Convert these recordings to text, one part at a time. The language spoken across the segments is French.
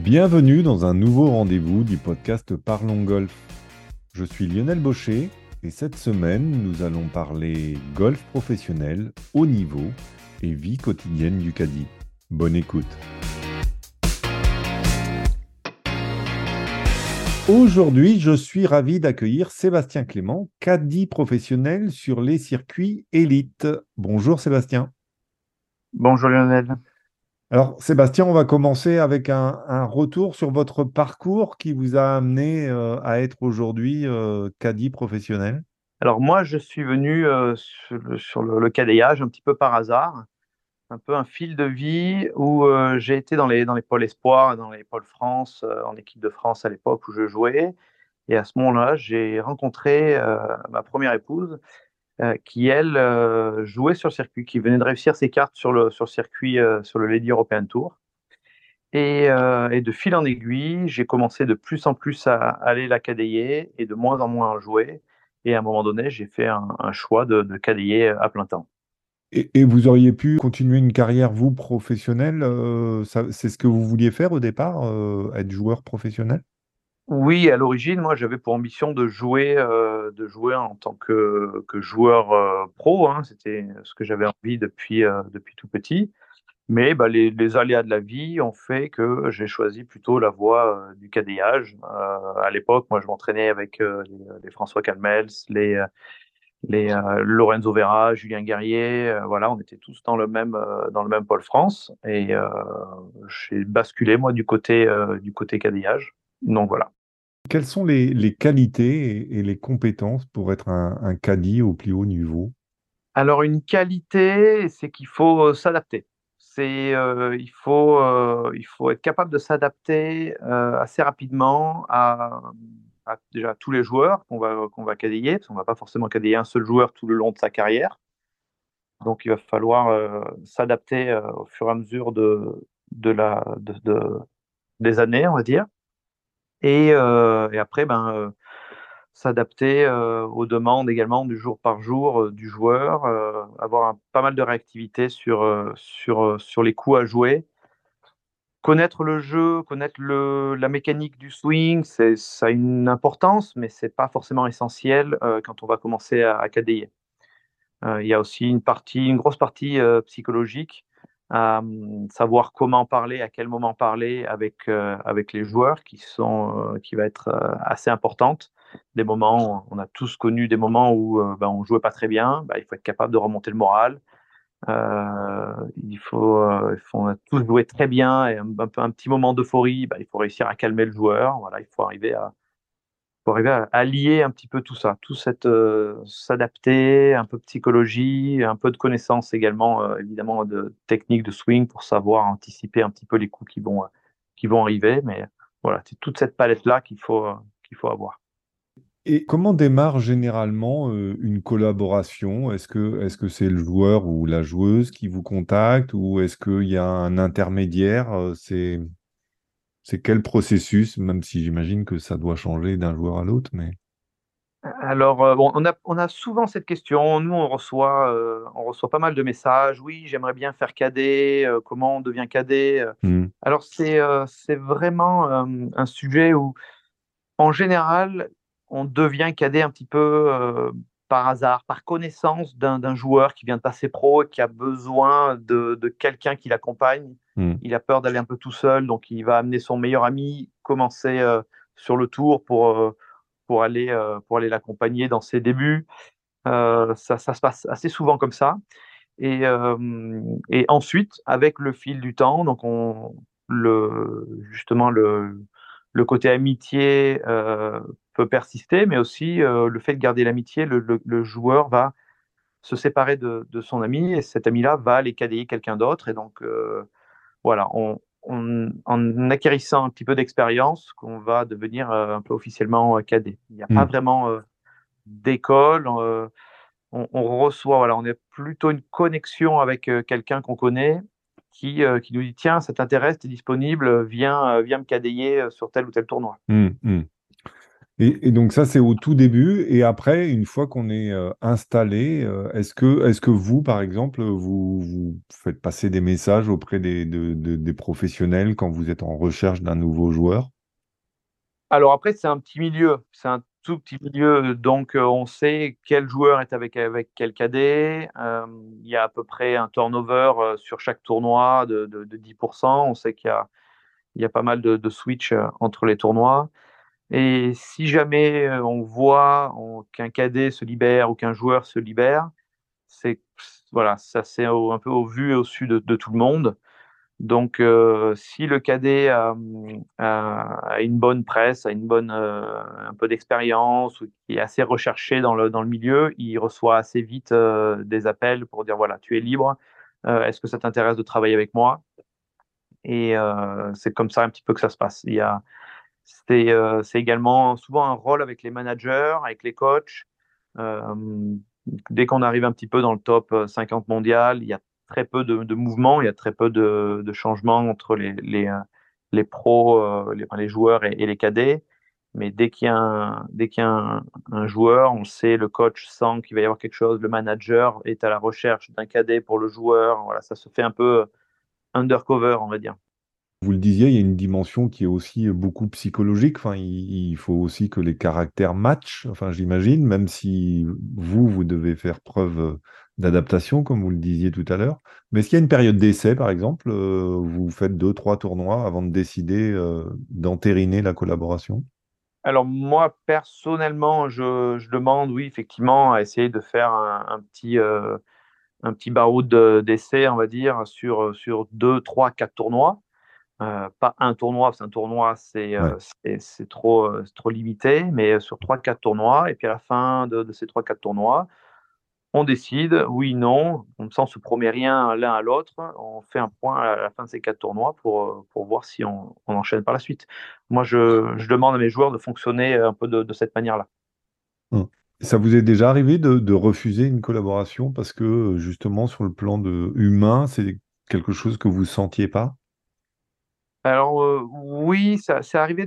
Bienvenue dans un nouveau rendez-vous du podcast Parlons Golf. Je suis Lionel Baucher et cette semaine, nous allons parler golf professionnel, haut niveau et vie quotidienne du caddie. Bonne écoute. Aujourd'hui, je suis ravi d'accueillir Sébastien Clément, caddie professionnel sur les circuits élites. Bonjour Sébastien. Bonjour Lionel. Alors Sébastien, on va commencer avec un retour sur votre parcours qui vous a amené à être aujourd'hui caddie professionnel. Alors moi, je suis venu sur le cadayage un petit peu par hasard, un peu un fil de vie où j'ai été dans les pôles espoirs, dans les pôles France, en équipe de France à l'époque où je jouais. Et à ce moment-là, j'ai rencontré ma première épouse qui, elle, jouait sur le circuit, qui venait de réussir ses cartes sur le circuit, sur le Lady European Tour. Et de fil en aiguille, j'ai commencé de plus en plus à aller la cadayer et de moins en moins à jouer. Et à un moment donné, j'ai fait un choix de cadayer à plein temps. Et vous auriez pu continuer une carrière, vous, professionnelle, c'est ce que vous vouliez faire au départ, être joueur professionnel? Oui, à l'origine, moi, j'avais pour ambition de jouer en tant que joueur pro, hein. C'était ce que j'avais envie depuis tout petit. Mais bah, les aléas de la vie ont fait que j'ai choisi plutôt la voie du cadayage. À l'époque, moi, je m'entraînais avec les François Calmels, les Lorenzo Vera, Julien Guerrier, voilà, on était tous dans le même pôle France. Et j'ai basculé, moi, du côté cadillage. Donc voilà. Quelles sont les qualités et les compétences pour être un caddie au plus haut niveau? Alors, une qualité, c'est qu'il faut s'adapter. Il faut être capable de s'adapter assez rapidement à déjà tous les joueurs qu'on va cadayer, parce qu'on ne va pas forcément cadayer un seul joueur tout le long de sa carrière. Donc, il va falloir s'adapter au fur et à mesure des années, on va dire. Et après, s'adapter aux demandes également du jour par jour du joueur, avoir pas mal de réactivité sur les coups à jouer. Connaître le jeu, connaître la mécanique du swing, ça a une importance, mais c'est pas forcément essentiel quand on va commencer à cadayer. Il y a aussi une grosse partie psychologique, savoir comment parler, à quel moment parler avec les joueurs qui va être assez importante. Des moments, on a tous connu des moments où on jouait pas très bien, il faut être capable de remonter le moral. On a tous joué très bien et un petit moment d'euphorie, il faut réussir à calmer le joueur. Voilà, il faut arriver à allier un petit peu tout ça, s'adapter, un peu de psychologie, un peu de connaissances également, évidemment, de technique de swing pour savoir anticiper un petit peu les coups qui vont arriver. Mais voilà, c'est toute cette palette-là qu'il faut avoir. Et comment démarre généralement une collaboration? Est-ce que c'est le joueur ou la joueuse qui vous contacte ou est-ce qu'il y a un intermédiaire? C'est quel processus, même si j'imagine que ça doit changer d'un joueur à l'autre, mais... Alors, bon, on a souvent cette question. Nous, on reçoit pas mal de messages. Oui, j'aimerais bien faire cadet. Comment on devient cadet? Hmm. Alors, c'est vraiment un sujet où, en général, on devient cadet un petit peu par hasard, par connaissance d'un joueur qui vient de passer pro et qui a besoin de quelqu'un qui l'accompagne. Hmm. Il a peur d'aller un peu tout seul, donc il va amener son meilleur ami, commencer sur le tour pour aller l'accompagner dans ses débuts. Ça se passe assez souvent comme ça. Et ensuite, avec le fil du temps, donc justement le côté amitié peut persister, mais aussi le fait de garder l'amitié, le joueur va se séparer de son ami et cet ami-là va aller cadayer quelqu'un d'autre. Et donc, voilà, en acquérissant un petit peu d'expérience, qu'on va devenir un peu officiellement cadet. Il n'y a pas Hmm. vraiment d'école. On reçoit, voilà, on est plutôt une connexion avec quelqu'un qu'on connaît qui nous dit tiens, ça t'intéresse, tu es disponible, viens me cadayer sur tel ou tel tournoi. Hmm. Hmm. Et donc ça, c'est au tout début. Et après, une fois qu'on est installé, est-ce que vous, par exemple, vous faites passer des messages auprès des professionnels quand vous êtes en recherche d'un nouveau joueur? Alors après, c'est un petit milieu, c'est un tout petit milieu, donc on sait quel joueur est avec quel cadet. Il y a à peu près un turnover sur chaque tournoi de 10%. On sait qu'il y a pas mal de switch entre les tournois. Et si jamais on voit qu'un cadet se libère ou qu'un joueur se libère, c'est voilà, ça c'est un peu au vu et au su de tout le monde. Donc, si le cadet a une bonne presse, a un peu d'expérience, ou qui est assez recherché dans le milieu, il reçoit assez vite des appels pour dire, voilà, tu es libre, est-ce que ça t'intéresse de travailler avec moi? Et c'est comme ça un petit peu que ça se passe. C'est également souvent un rôle avec les managers, avec les coachs. Euh, Dès qu'on arrive un petit peu dans le top 50 mondial, il y a très peu de mouvements, il y a très peu de changements entre les pros, les joueurs et les cadets. Mais dès qu'il y a un joueur, on sait, le coach sent qu'il va y avoir quelque chose, le manager est à la recherche d'un cadet pour le joueur. Voilà, ça se fait un peu undercover, on va dire. Vous le disiez, il y a une dimension qui est aussi beaucoup psychologique. Enfin, il faut aussi que les caractères matchent, enfin, j'imagine, même si vous devez faire preuve d'adaptation, comme vous le disiez tout à l'heure. Mais est-ce qu'il y a une période d'essai, par exemple? Vous faites deux, trois tournois avant de décider d'entériner la collaboration? Alors moi, personnellement, je demande, oui, effectivement, à essayer de faire un petit baroud d'essai, on va dire, sur 2, 3, 4 tournois. Pas un tournoi, parce qu'un tournoi, Ouais. c'est trop limité, mais sur 3, 4 tournois. Et puis à la fin de ces 3, 4 tournois, on décide, oui, non, on ne se promet rien l'un à l'autre. On fait un point à la fin de ces 4 tournois pour voir si on enchaîne par la suite. Moi, je demande à mes joueurs de fonctionner un peu de cette manière-là. Hum. Ça vous est déjà arrivé de refuser une collaboration parce que justement sur le plan humain, c'est quelque chose que vous sentiez pas? Alors, oui, ça c'est arrivé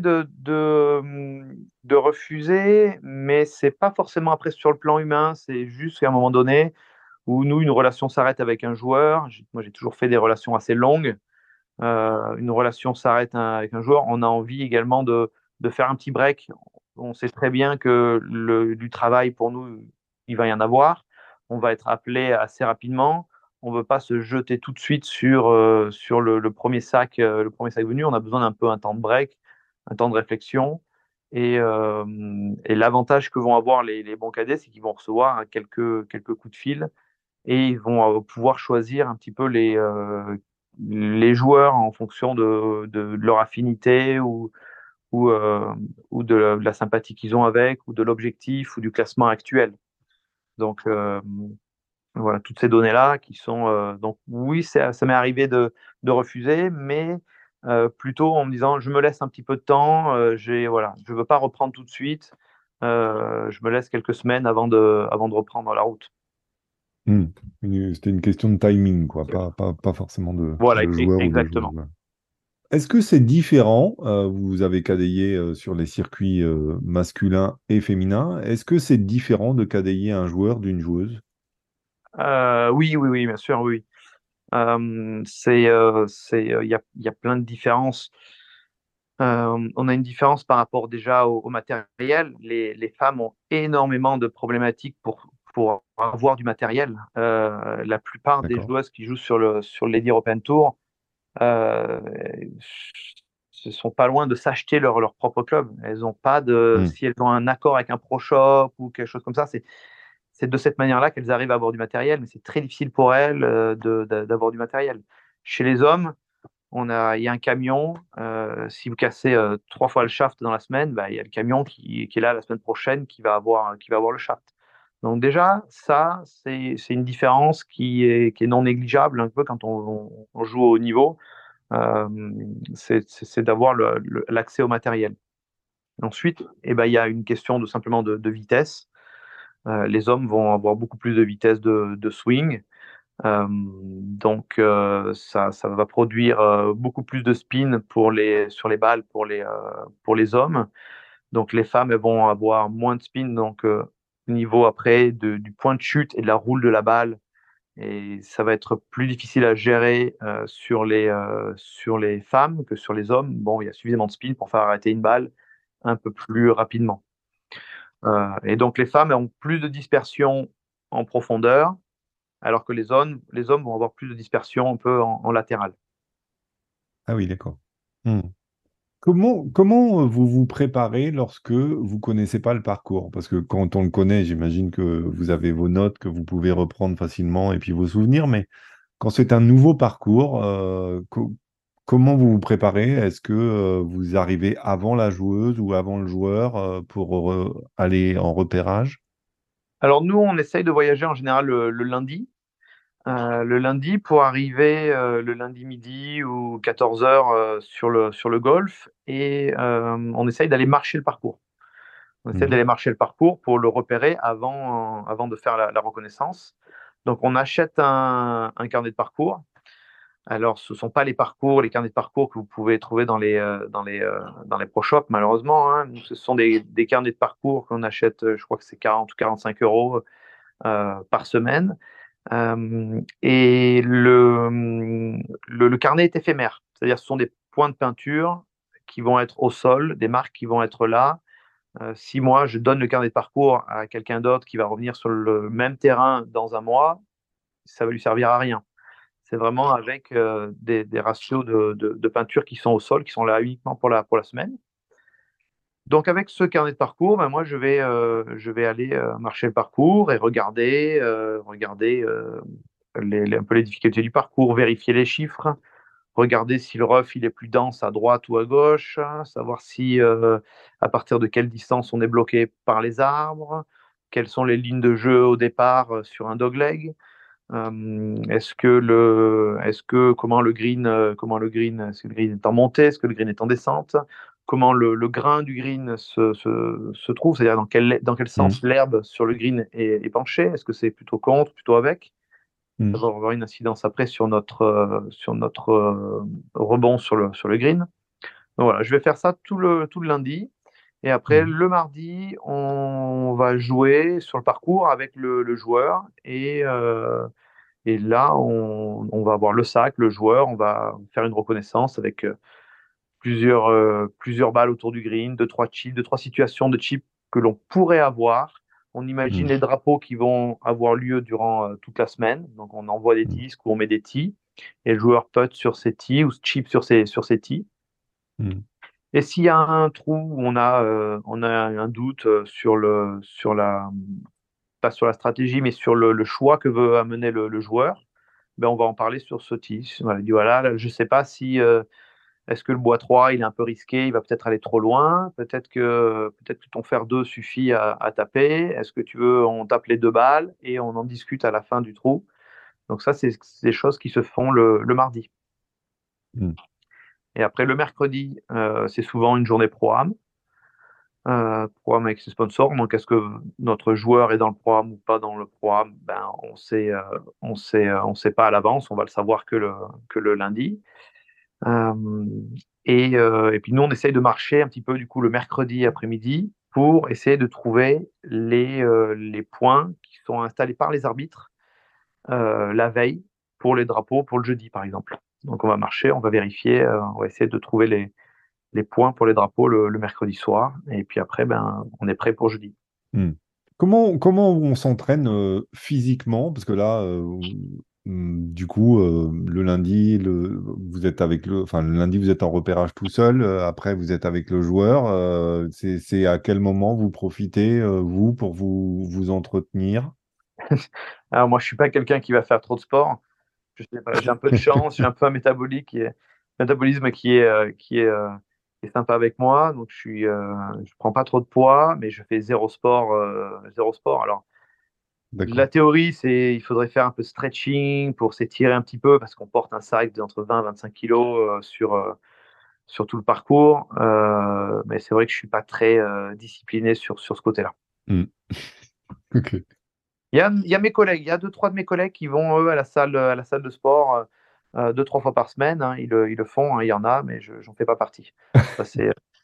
de refuser, mais c'est pas forcément après sur le plan humain, c'est juste qu'à un moment donné, où nous, une relation s'arrête avec un joueur. Moi, j'ai toujours fait des relations assez longues. Une relation s'arrête avec un joueur, on a envie également de faire un petit break. On sait très bien que du travail pour nous, il va y en avoir. On va être appelé assez rapidement. On ne veut pas se jeter tout de suite sur le premier sac venu. On a besoin d'un peu un temps de break, un temps de réflexion. Et l'avantage que vont avoir les bons cadets, c'est qu'ils vont recevoir quelques coups de fil et ils vont pouvoir choisir un petit peu les joueurs en fonction de leur affinité ou, euh, ou de la sympathie qu'ils ont avec, ou de l'objectif, ou du classement actuel. Donc voilà, toutes ces données-là qui sont... donc oui, ça m'est arrivé de refuser, mais plutôt en me disant, je me laisse un petit peu de temps, voilà, je ne veux pas reprendre tout de suite, je me laisse quelques semaines avant de reprendre la route. Hmm. C'était une question de timing, quoi, pas forcément Voilà, de joueur ou de joueuse. exactement. Ouais. Est-ce que c'est différent? Vous avez cadayé sur les circuits masculins et féminins. Est-ce que c'est différent de cadayer un joueur d'une joueuse? Oui, oui, oui, bien sûr, oui. Il y a plein de différences. On a une différence par rapport déjà au matériel. Les femmes ont énormément de problématiques pour avoir du matériel. La plupart des D'accord. joueuses qui jouent sur le Lady European Tour euh, se sont pas loin de s'acheter leur propre club. Elles ont pas Hmm. si elles ont un accord avec un pro shop ou quelque chose comme ça, c'est de cette manière-là qu'elles arrivent à avoir du matériel, mais c'est très difficile pour elles d'avoir du matériel. Chez les hommes, il y a un camion. Si vous cassez 3 fois le shaft dans la semaine, bah, il y a le camion qui est là la semaine prochaine qui va avoir le shaft. Donc déjà, ça, c'est une différence qui est non négligeable un peu quand on joue au haut niveau. Euh, c'est d'avoir l'accès au matériel. Ensuite, eh ben, il y a une question simplement de vitesse. Les hommes vont avoir beaucoup plus de vitesse de swing. Donc, ça va produire beaucoup plus de spin sur les balles pour les hommes. Donc les femmes, elles vont avoir moins de spin, donc au niveau après du point de chute et de la roule de la balle. Et ça va être plus difficile à gérer sur les femmes que sur les hommes. Bon, il y a suffisamment de spin pour faire arrêter une balle un peu plus rapidement. Et donc les femmes ont plus de dispersion en profondeur, alors que les hommes vont avoir plus de dispersion un peu en latéral. Ah oui, d'accord. Hmm. Comment vous vous préparez lorsque vous connaissez pas le parcours? Parce que quand on le connaît, j'imagine que vous avez vos notes que vous pouvez reprendre facilement et puis vos souvenirs, mais quand c'est un nouveau parcours, comment vous vous préparez? Est-ce que vous arrivez avant la joueuse ou avant le joueur pour aller en repérage? Alors nous, on essaye de voyager en général le lundi. Le lundi pour arriver le lundi midi ou 14 heures sur le golf et on essaye d'aller marcher le parcours. On essaie Mhm. d'aller marcher le parcours pour le repérer avant de faire la reconnaissance. Donc on achète un carnet de parcours. Alors ce ne sont pas les carnets de parcours que vous pouvez trouver dans les pro shops malheureusement, hein. Ce sont des carnets de parcours qu'on achète, je crois que c'est 40 ou 45 euros par semaine. Et le carnet est éphémère, c'est-à-dire ce sont des points de peinture qui vont être au sol, des marques qui vont être là. Si moi je donne le carnet de parcours à quelqu'un d'autre qui va revenir sur le même terrain dans un mois, ça va lui servir à rien. C'est vraiment avec des ratios de peinture qui sont au sol, qui sont là uniquement pour la semaine. Donc avec ce carnet de parcours, ben moi je vais aller marcher le parcours et regarder un peu les difficultés du parcours, vérifier les chiffres, regarder si le rough il est plus dense à droite ou à gauche, savoir si à partir de quelle distance on est bloqué par les arbres, quelles sont les lignes de jeu au départ sur un dogleg. Est-ce que comment le green, est-ce que le green est en montée, est-ce que le green est en descente, comment le grain du green se trouve, c'est-à-dire dans quel Mhm. sens l'herbe sur le green est penchée, est-ce que c'est plutôt contre, plutôt avec, ça Mhm. va avoir une incidence après sur notre rebond sur le green. Donc voilà, je vais faire ça tout le lundi. Et après, Mhm. le mardi, on va jouer sur le parcours avec le joueur. Et là, on va avoir le sac, le joueur, on va faire une reconnaissance avec plusieurs balles autour du green, deux, trois chips, deux, trois situations de chips que l'on pourrait avoir. On imagine Mhm. les drapeaux qui vont avoir lieu durant toute la semaine. Donc, on envoie des disques ou on met des tees. Et le joueur putt sur ses tees ou chip sur ses tees. Mhm. Et s'il y a un trou où on a un doute pas sur la stratégie, mais sur le choix que veut amener le joueur, ben on va en parler sur ce tee. Voilà, il dit voilà, là, je ne sais pas si est-ce que le bois 3 il est un peu risqué, il va peut-être aller trop loin, peut-être que ton fer 2 suffit à taper, est-ce que tu veux on tape les deux balles et on en discute à la fin du trou. Donc ça, c'est des choses qui se font le mardi. Mhm. Et après le mercredi, c'est souvent une journée pro-am. Programme avec ses sponsors. Donc, est-ce que notre joueur est dans le programme ou pas dans le programme? Ben, on sait pas à l'avance. On va le savoir que le lundi. Euh, et puis nous, on essaye de marcher un petit peu du coup le mercredi après-midi pour essayer de trouver les points qui sont installés par les arbitres la veille pour les drapeaux pour le jeudi, par exemple. Donc, on va marcher, on va vérifier, on va essayer de trouver les points pour les drapeaux le mercredi soir. Et puis après, ben, on est prêt pour jeudi. Hmm. Comment on s'entraîne physiquement? Parce que là, du coup, le lundi, vous êtes enfin, le lundi, vous êtes en repérage tout seul. Après, vous êtes avec le joueur. C'est à quel moment vous profitez, vous, pour vous entretenir? Alors moi, je suis pas quelqu'un qui va faire trop de sport. Je sais pas, j'ai un peu de chance, j'ai un peu un métabolisme qui est sympa avec moi. Donc je prends pas trop de poids, mais je fais zéro sport. Alors la D'accord. théorie, c'est il faudrait faire un peu de stretching pour s'étirer un petit peu parce qu'on porte un sac d'entre 20 et 25 kilos sur tout le parcours. Mais c'est vrai que je suis pas très discipliné sur ce côté-là. Hmm. Ok. Il y a mes collègues, il y a deux, trois de mes collègues qui vont, eux, à la salle de sport deux, trois fois par semaine, hein. Ils le font, hein, il y en a, mais je n'en fais pas partie. Ça,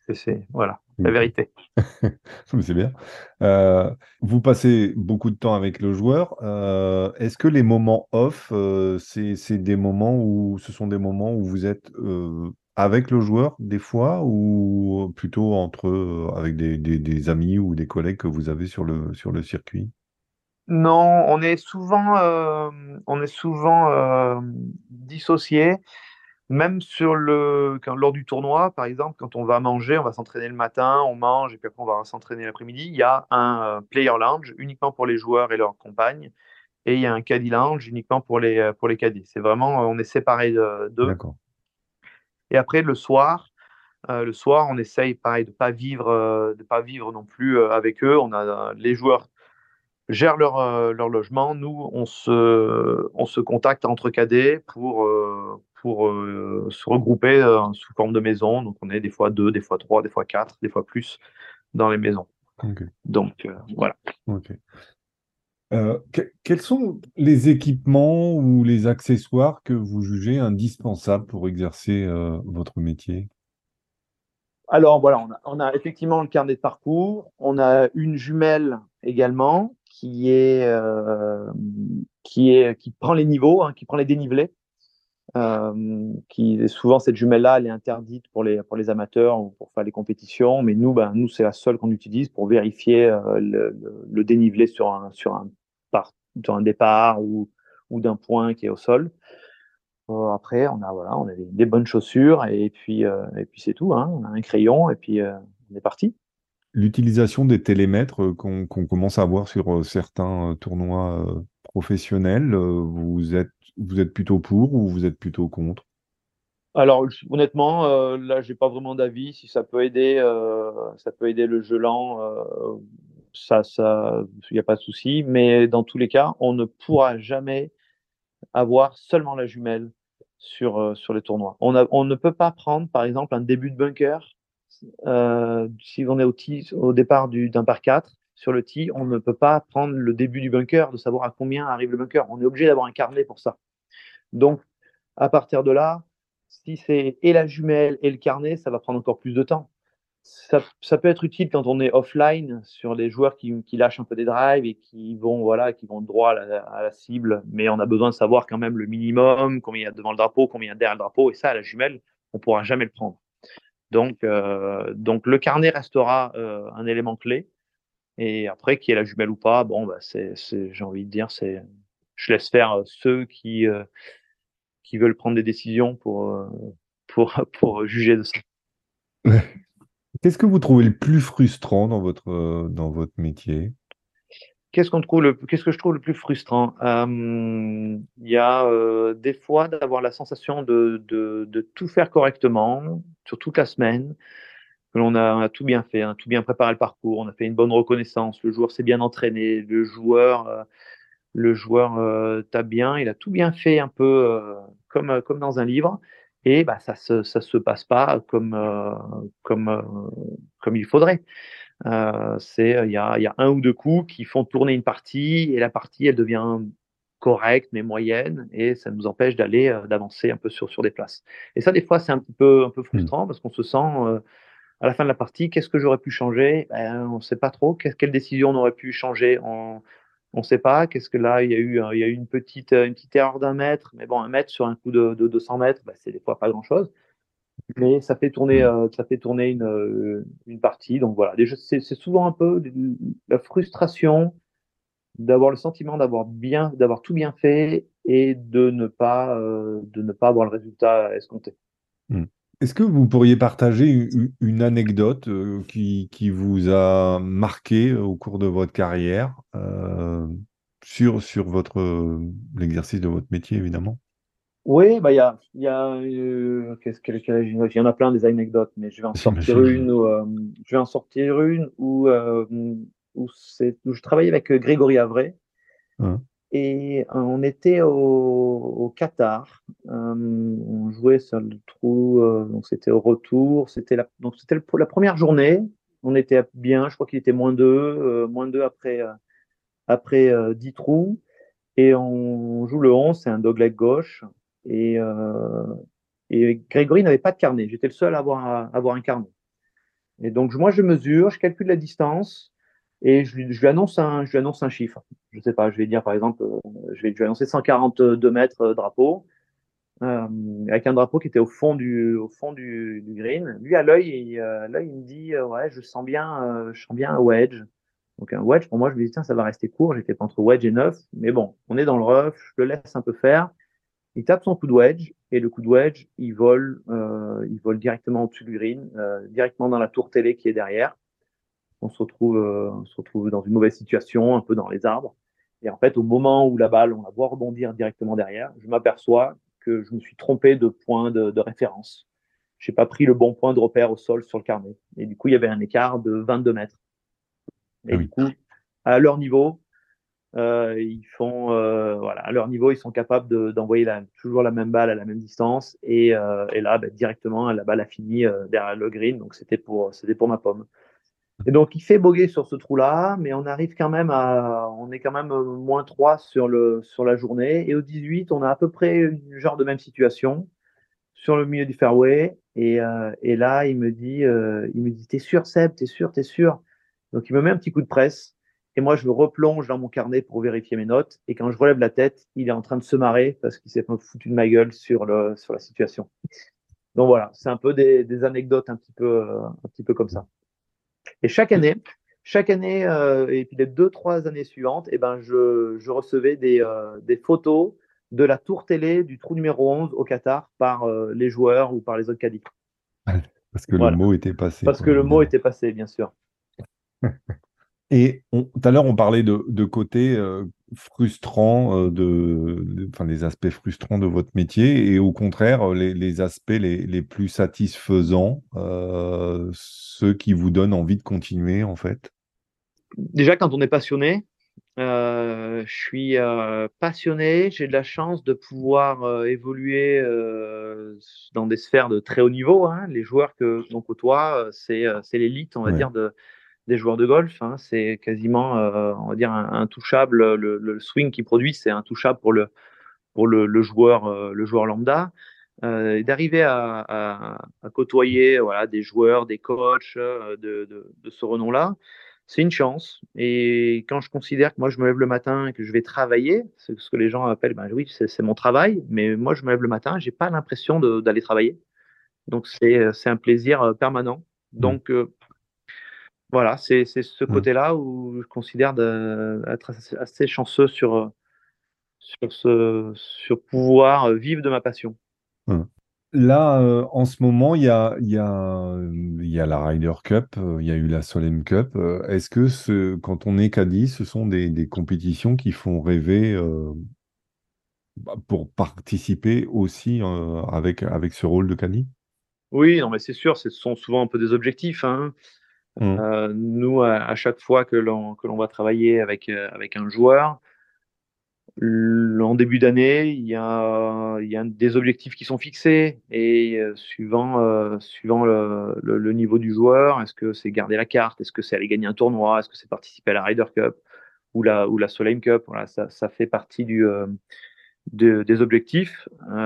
que c'est, voilà, la Ok. vérité. Mais c'est bien. Euh, Vous passez beaucoup de temps avec le joueur. Est-ce que les moments off, c'est des moments où ce sont des moments où vous êtes avec le joueur des fois ou plutôt entre avec des amis ou des collègues que vous avez sur le circuit? Non, on est souvent dissociés. Même lors du tournoi, par exemple, quand on va manger, on va s'entraîner le matin, on mange, et puis après on va s'entraîner l'après-midi. Il y a un player lounge uniquement pour les joueurs et leurs compagnes, et il y a un caddy lounge uniquement pour les caddies. C'est vraiment, on est séparés d'eux. D'accord. Et après, le soir, on essaye, pareil, de pas vivre non plus avec eux. Les joueurs gèrent leur logement. Nous, on se contacte entre cadets pour se regrouper sous forme de maison. Donc, on est des fois deux, des fois trois, des fois quatre, des fois plus dans les maisons. Ok. Donc, voilà. Ok. Quels sont les équipements ou les accessoires que vous jugez indispensables pour exercer votre métier? Alors, voilà, on a effectivement le carnet de parcours. On a une jumelle également qui prend les niveaux, hein, qui prend les dénivelés. Souvent cette jumelle-là, elle est interdite pour les amateurs ou pour faire les compétitions, mais nous c'est la seule qu'on utilise pour vérifier le dénivelé sur un départ ou d'un point qui est au sol. Après, on a des bonnes chaussures et puis c'est tout, hein. On a un crayon et puis on est parti. L'utilisation des télémètres qu'on commence à voir sur certains tournois professionnels, vous êtes plutôt pour ou vous êtes plutôt contre? Alors honnêtement, là j'ai pas vraiment d'avis. Si ça peut aider le jeu lent. Il n'y a pas de souci. Mais dans tous les cas, on ne pourra jamais avoir seulement la jumelle sur les tournois. On ne peut pas prendre, par exemple, un début de bunker. Si on est au départ d'un par 4 sur le tee, on ne peut pas prendre le début du bunker, de savoir à combien arrive le bunker. On est obligé d'avoir un carnet pour ça. Donc, à partir de là, si c'est et la jumelle et le carnet, ça va prendre encore plus de temps. Ça peut être utile quand on est offline sur les joueurs qui lâchent un peu des drives et qui vont droit à la cible, mais on a besoin de savoir quand même le minimum, combien il y a devant le drapeau, combien il y a derrière le drapeau, et ça, à la jumelle, on ne pourra jamais le prendre. Donc le carnet restera un élément clé, et après, qui est la jumelle ou pas, bon, bah, j'ai envie de dire, je laisse faire ceux qui veulent prendre des décisions pour juger de ça. Qu'est-ce que vous trouvez le plus frustrant dans votre métier? Qu'est-ce que je trouve le plus frustrant? Il y a des fois d'avoir la sensation de tout faire correctement sur toute la semaine, que on a tout bien fait, hein, tout bien préparé le parcours, on a fait une bonne reconnaissance, le joueur s'est bien entraîné, le joueur tape bien, il a tout bien fait un peu comme dans un livre, et bah, ça se passe pas comme, euh, comme il faudrait. Il y a un ou deux coups qui font tourner une partie et la partie, elle devient correcte mais moyenne et ça nous empêche d'avancer un peu sur des places. Et ça, des fois, c'est un peu Hmm. frustrant parce qu'on se sent à la fin de la partie, qu'est-ce que j'aurais pu changer? Ben, on ne sait pas trop. Quelle décision on aurait pu changer? On ne sait pas. Qu'est-ce que là, il y a eu une petite erreur d'un mètre, mais bon, un mètre sur un coup de 200 mètres, ben, c'est des fois pas grand-chose. Mais Hmm. ça fait tourner une partie. Donc voilà, c'est souvent un peu la frustration d'avoir le sentiment d'avoir tout bien fait et de ne pas avoir le résultat escompté. Hmm. Est-ce que vous pourriez partager une anecdote qui vous a marqué au cours de votre carrière sur l'exercice de votre métier, évidemment? Oui, bah, il y a il y en a plein des anecdotes, mais J'imagine. je vais en sortir une où je travaillais avec Grégory Avray Hein. et on était au Qatar. On jouait sur le trou, donc c'était au retour. Donc c'était pour la première journée. On était bien, je crois qu'il était moins 2 après 10 trous. Et on joue le 11, c'est un dogleg gauche. Et, euh, et Grégory n'avait pas de carnet. J'étais le seul à avoir un carnet. Et donc, moi, je mesure, je calcule la distance et je lui annonce un chiffre. Je ne sais pas, je vais dire, par exemple, je vais annoncer 142 mètres drapeau, euh, avec un drapeau qui était au fond du green. Lui, à l'œil, il me dit, ouais, je sens bien un wedge. Donc, un wedge, pour moi, je me dis, tiens, ça va rester court. J'étais pas entre wedge et neuf. Mais bon, on est dans le rough, je le laisse un peu faire. Il tape son coup de wedge et le coup de wedge, il vole directement au-dessus du green, directement dans la tour télé qui est derrière. On se retrouve dans une mauvaise situation, un peu dans les arbres. Et en fait, au moment où la balle, on la voit rebondir directement derrière, je m'aperçois que je me suis trompé de point de référence. Je n'ai pas pris le bon point de repère au sol sur le carnet. Et du coup, il y avait un écart de 22 mètres. Ah Et du oui. coup, à leur niveau, voilà, à leur niveau, ils sont capables d'envoyer toujours la même balle à la même distance. Et là, bah, directement, la balle a fini derrière le green. Donc, c'était pour ma pomme. Et donc, il fait boguer sur ce trou-là, mais on est quand même moins 3 sur la journée. Et au 18, on a à peu près une genre de même situation sur le milieu du fairway. Et là, il me dit, t'es sûr, Seb, t'es sûr, t'es sûr. Donc, il me met un petit coup de presse. Et moi, je me replonge dans mon carnet pour vérifier mes notes. Et quand je relève la tête, il est en train de se marrer parce qu'il s'est foutu de ma gueule sur la situation. Donc voilà, c'est un peu des anecdotes un petit peu comme ça. Et chaque année, et puis les 2, 3 années suivantes, eh ben, je recevais des photos de la tour télé du trou numéro 11 au Qatar par les joueurs ou par les autres caddies. Parce que le Voilà. mot était passé, Parce quoi, que le mot évidemment. était passé, bien sûr. Et tout à l'heure, on parlait de côté frustrant, enfin, les aspects frustrants de votre métier, et au contraire, les aspects les plus satisfaisants, ceux qui vous donnent envie de continuer, en fait. Déjà, quand on est passionné, je suis passionné, j'ai de la chance de pouvoir évoluer dans des sphères de très haut niveau, hein. Les joueurs que l'on côtoie, c'est l'élite, on va Ouais. dire, des joueurs de golf, hein. C'est quasiment, on va dire, intouchable. Le swing qu'ils produisent, c'est intouchable pour le joueur lambda. Et d'arriver à côtoyer, voilà, des joueurs, des coachs de ce renom-là, c'est une chance. Et quand je considère que moi, je me lève le matin et que je vais travailler, c'est ce que les gens appellent, ben oui, c'est mon travail, mais moi, je me lève le matin, j'ai pas l'impression d'aller travailler. Donc, c'est un plaisir permanent. Mm. Donc, voilà, c'est ce Mm. côté-là où je considère être assez chanceux sur pouvoir vivre de ma passion. Mm. Là, en ce moment, il y a la Ryder Cup, il y a eu la Solheim Cup. Est-ce que quand on est caddie, ce sont des compétitions qui font rêver pour participer aussi avec ce rôle de caddie? Oui, non, mais c'est sûr, ce sont souvent un peu des objectifs, hein. Mm. Nous, à chaque fois que l'on va travailler avec un joueur, en début d'année, il y a des objectifs qui sont fixés et suivant le niveau du joueur, est-ce que c'est garder la carte, est-ce que c'est aller gagner un tournoi, est-ce que c'est participer à la Ryder Cup ou la Solheim Cup, voilà, ça fait partie des objectifs,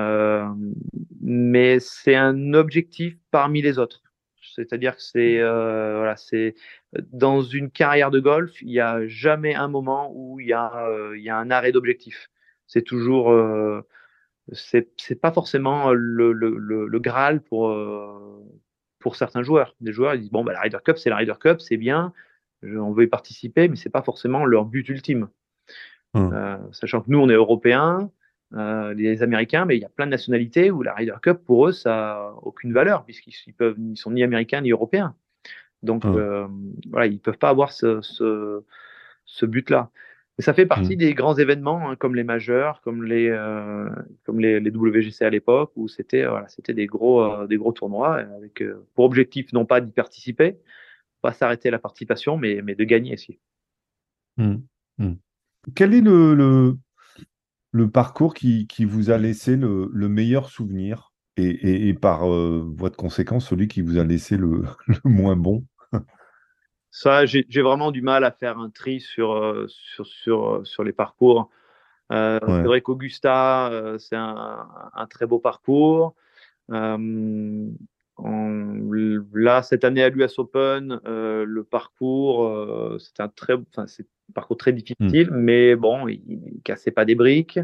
mais c'est un objectif parmi les autres. C'est-à-dire que c'est dans une carrière de golf, il n'y a jamais un moment où il y a un arrêt d'objectif. C'est toujours, c'est pas forcément le Graal pour certains joueurs. Des joueurs ils disent bon bah la Ryder Cup c'est la Ryder Cup, c'est bien, on veut y participer, mais c'est pas forcément leur but ultime. Mm. Sachant que nous, on est européens, les Américains, mais il y a plein de nationalités où la Ryder Cup, pour eux, ça n'a aucune valeur, puisqu'ils sont ni américains ni européens. Donc, Mm. voilà, ils ne peuvent pas avoir ce but-là. Et ça fait partie Mm. des grands événements, hein, comme les majeurs, comme les WGC à l'époque, où c'était des gros tournois, avec pour objectif non pas d'y participer, pas s'arrêter à la participation, mais de gagner aussi. Mm. Mm. Quel est le parcours qui vous a laissé le meilleur souvenir et par voie de conséquence, celui qui vous a laissé le moins bon? Ça, j'ai vraiment du mal à faire un tri sur les parcours. C'est Ouais. vrai qu'Augusta, c'est un très beau parcours. Euh, Là, cette année à l'US Open, le parcours, c'est un parcours très Hmm, difficile, mais bon, il ne cassait pas des briques.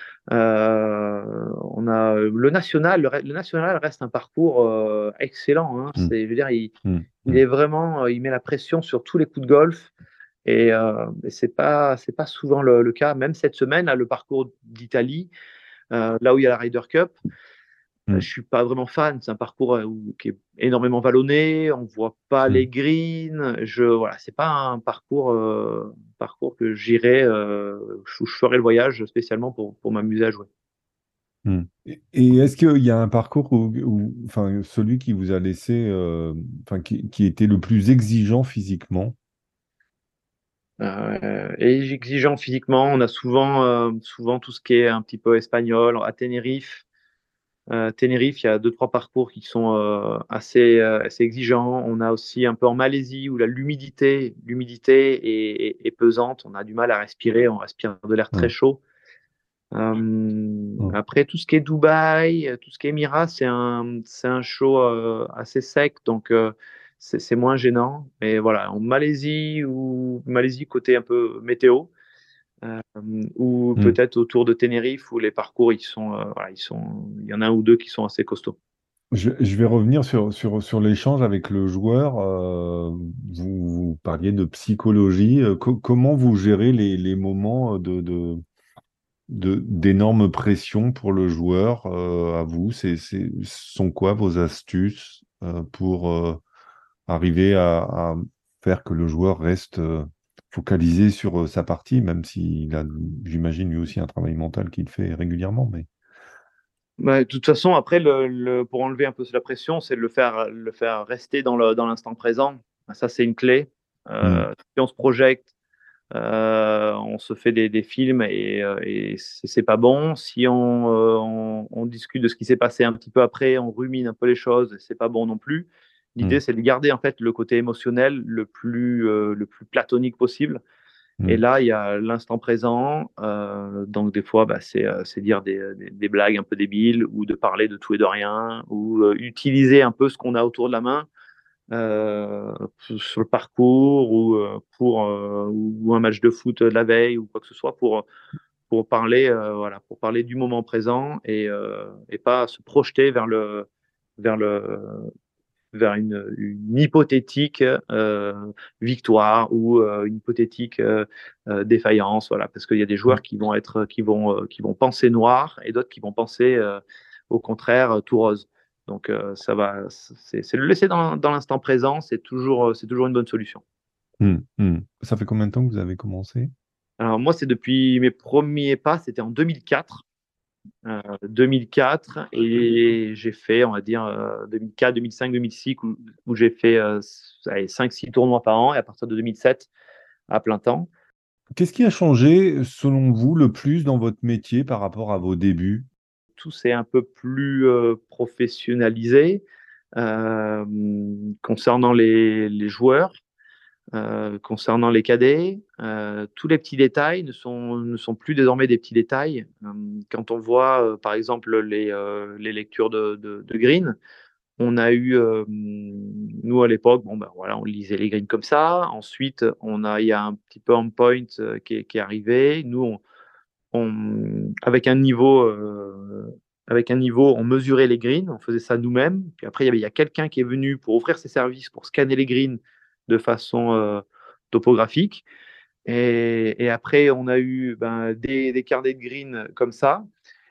On a le national reste un parcours excellent, hein. hmm, Je veux dire, hmm, il est vraiment, il met la pression sur tous les coups de golf. Et c'est pas souvent le cas. Même cette semaine, là, le parcours d'Italie, là où il y a la Ryder Cup, hmm, je suis pas vraiment fan. C'est un parcours qui est énormément vallonné. On voit pas hmm, les greens. Voilà, c'est pas un parcours que j'irai, où je ferai le voyage spécialement pour m'amuser à jouer. hmm. Et est-ce qu'il y a un parcours enfin, celui qui vous a laissé, enfin, qui était le plus exigeant physiquement? Et exigeant physiquement, on a souvent tout ce qui est un petit peu espagnol. À Tenerife, il y a deux, trois parcours qui sont assez exigeants. On a aussi un peu en Malaisie où l'humidité est pesante. On a du mal à respirer, on respire de l'air très Hmm, chaud. hmm, Après, tout ce qui est Dubaï, tout ce qui est Émirats, c'est un show assez sec, donc c'est moins gênant. Mais voilà, en Malaisie côté un peu météo, euh, ou hmm. peut-être autour de Tenerife où les parcours voilà, il y en a un ou deux qui sont assez costauds. Je vais revenir sur l'échange avec le joueur. Vous parliez de psychologie. Comment vous gérez les moments d'énorme pression pour le joueur à vous? Ce sont quoi vos astuces pour arriver à faire que le joueur reste focalisé sur sa partie, même s'il a, j'imagine, lui aussi un travail mental qu'il fait régulièrement, mais... Bah, de toute façon, après, pour enlever un peu la pression, c'est de le faire rester dans l'instant présent. Ça, c'est une clé. Hmm, Si on se projette, on se fait des films et c'est pas bon. Si on discute de ce qui s'est passé un petit peu après, on rumine un peu les choses, c'est pas bon non plus. hmm, L'idée, c'est de garder en fait le côté émotionnel le plus platonique possible. Et hmm, là, il y a l'instant présent. Donc, des fois, bah, c'est dire des blagues un peu débiles ou de parler de tout et de rien ou utiliser un peu ce qu'on a autour de la main euh, sur le parcours ou un match de foot de la veille ou quoi que ce soit pour parler, voilà, pour parler du moment présent et pas se projeter vers le, vers une hypothétique victoire ou une hypothétique défaillance, voilà, parce qu'il y a des hmm, joueurs qui vont penser noir et d'autres qui vont penser au contraire tout rose. Donc c'est le laisser dans l'instant présent, c'est toujours une bonne solution. hmm, hmm. Ça fait combien de temps que vous avez commencé? Alors moi, c'est depuis mes premiers pas, c'était en 2004. 2004 et j'ai fait, on va dire, 2004, 2005, 2006 où j'ai fait 5-6 tournois par an et à partir de 2007 à plein temps. Qu'est-ce qui a changé, selon vous, le plus dans votre métier par rapport à vos débuts? Tout s'est un peu plus professionnalisé euh, concernant les joueurs. Concernant les cadets, tous les petits détails ne sont plus désormais des petits détails. Quand on voit, par exemple, les lectures de green, on a eu, nous à l'époque, bon, ben, voilà, on lisait les greens comme ça. Ensuite, il y a un petit peu on point qui est arrivé. Nous, avec avec un niveau, on mesurait les greens, on faisait ça nous-mêmes. Puis après, il y a quelqu'un qui est venu pour offrir ses services, pour scanner les greens de façon topographique. Et après, on a eu des carnets de greens comme ça.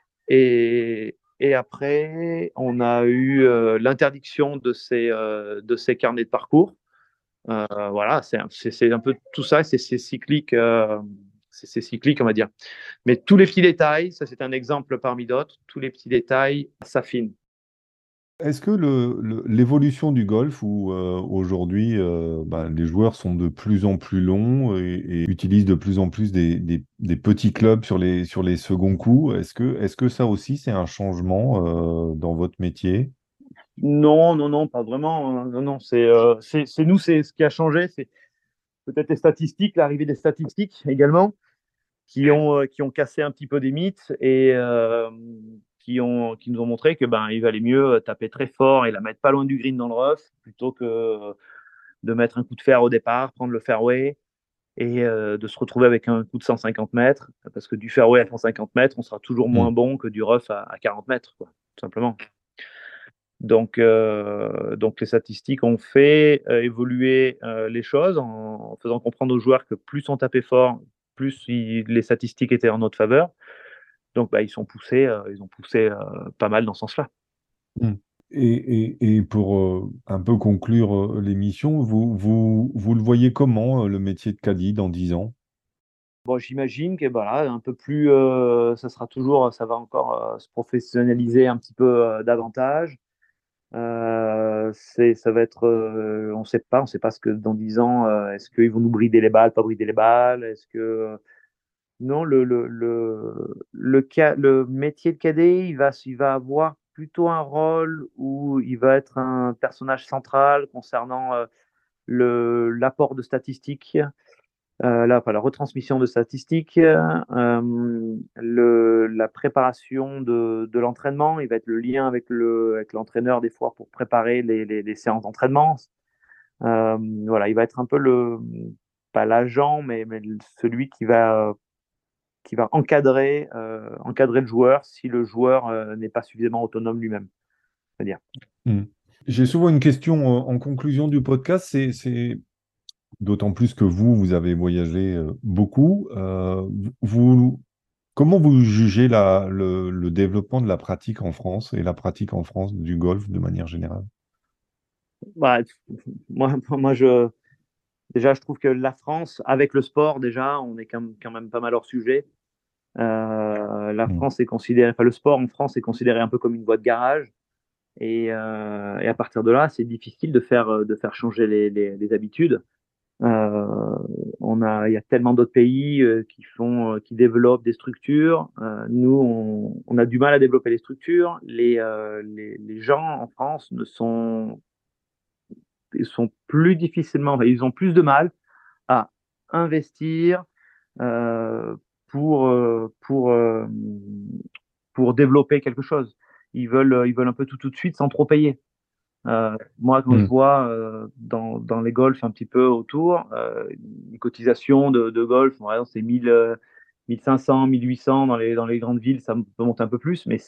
Et après, on a eu l'interdiction de ces carnets de parcours. Voilà, c'est un peu tout ça, c'est cyclique, c'est cyclique, on va dire. Mais tous les petits détails, ça c'est un exemple parmi d'autres, tous les petits détails s'affinent. Est-ce que l'évolution du golf, où aujourd'hui les joueurs sont de plus en plus longs et utilisent de plus en plus des petits clubs sur les seconds coups, est-ce que ça aussi c'est un changement dans votre métier? Non, non, non, pas vraiment, hein. Non, non, c'est nous, c'est ce qui a changé, c'est peut-être les statistiques, l'arrivée des statistiques également, qui ont cassé un petit peu des mythes et qui nous ont montré que il valait mieux taper très fort et la mettre pas loin du green dans le rough plutôt que de mettre un coup de fer au départ, prendre le fairway et de se retrouver avec un coup de 150 mètres. Parce que du fairway à 150 mètres, on sera toujours moins Mm. bon que du rough à 40 mètres, quoi, tout simplement. Donc les statistiques ont fait évoluer les choses en faisant comprendre aux joueurs que plus on tapait fort, plus les statistiques étaient en notre faveur. Donc ils ont poussé pas mal dans ce sens-là. Mm. Et pour un peu conclure l'émission, vous le voyez comment, le métier de caddie dans 10 ans? Bon, j'imagine que voilà, un peu plus, ça va encore se professionnaliser un petit peu davantage. Ça va être, on sait pas ce que dans 10 ans, est-ce qu'ils vont nous brider les balles, pas brider les balles, est-ce que non, le métier de cadet, il va avoir plutôt un rôle où il va être un personnage central concernant l'apport de statistiques, la retransmission de statistiques, la préparation de l'entraînement. Il va être le lien avec l'entraîneur des fois pour préparer les séances d'entraînement. Voilà, il va être un peu pas l'agent, mais celui qui va encadrer le joueur si le joueur n'est pas suffisamment autonome lui-même. C'est-à-dire. Mm. J'ai souvent une question en conclusion du podcast, c'est d'autant plus que vous avez voyagé beaucoup. Comment vous jugez le développement de la pratique en France et la pratique en France du golf de manière générale? Bah, moi, déjà, je trouve que la France, avec le sport, déjà, on est quand même pas mal hors sujet. La Mm. France est considérée, enfin, le sport en France est considéré un peu comme une voie de garage. Et à partir de là, c'est difficile de faire changer les habitudes. Il y a tellement d'autres pays qui développent des structures. Nous, on a du mal à développer les structures. Les gens en France ils sont plus difficilement, enfin, ils ont plus de mal à investir euh, pour, euh, pour, euh, pour développer quelque chose. Ils veulent un peu tout de suite sans trop payer. Moi, quand je Mm. vois dans les golfs un petit peu autour, une cotisation de golf, par exemple, c'est 1500, 1800 dans les grandes villes, ça peut monter un peu plus, mais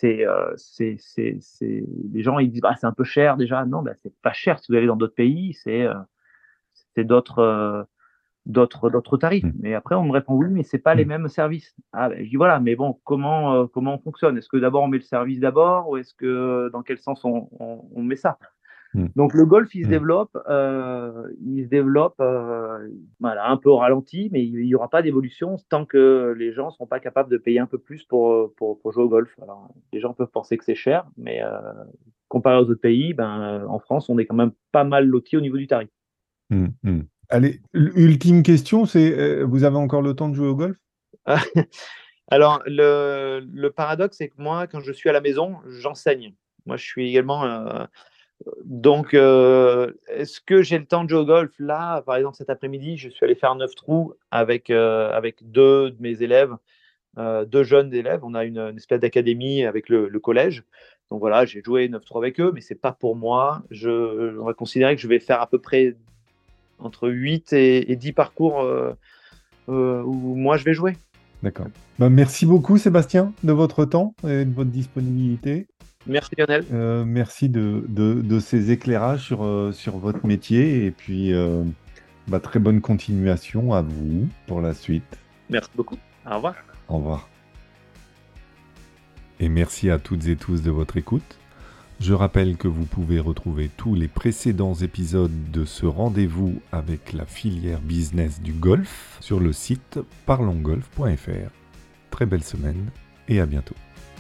les gens ils disent c'est un peu cher déjà. Non, c'est pas cher si vous allez dans d'autres pays, c'est d'autres tarifs. Mm. Mais après, on me répond oui, mais c'est pas les Mm. mêmes services. Je dis voilà, mais bon, comment on fonctionne? Est-ce que d'abord on met le service d'abord ou est-ce que dans quel sens on met ça? Mm. Donc le golf, Mm. il se développe voilà, un peu au ralenti, mais il n'y aura pas d'évolution tant que les gens ne seront pas capables de payer un peu plus pour jouer au golf. Alors, les gens peuvent penser que c'est cher, mais comparé aux autres pays, en France, on est quand même pas mal loti au niveau du tarif. Mm. Mm. Allez, ultime question, c'est vous avez encore le temps de jouer au golf? Alors, le paradoxe, c'est que moi, quand je suis à la maison, j'enseigne. Moi, je suis également donc, est-ce que j'ai le temps de jouer au golf? Là, par exemple, cet après-midi, je suis allé faire 9 trous avec deux de mes élèves, deux jeunes élèves. On a une espèce d'académie avec le collège. Donc voilà, j'ai joué 9 trous avec eux, mais c'est pas pour moi. On va considérer que je vais faire à peu près entre 8 et 10 parcours où moi je vais jouer. D'accord. Ben, merci beaucoup, Sébastien, de votre temps et de votre disponibilité. Merci Lionel. Merci de ces éclairages sur votre métier et puis très bonne continuation à vous pour la suite. Merci beaucoup. Au revoir. Au revoir. Et merci à toutes et tous de votre écoute. Je rappelle que vous pouvez retrouver tous les précédents épisodes de ce rendez-vous avec la filière business du golf sur le site parlongolf.fr. Très belle semaine et à bientôt.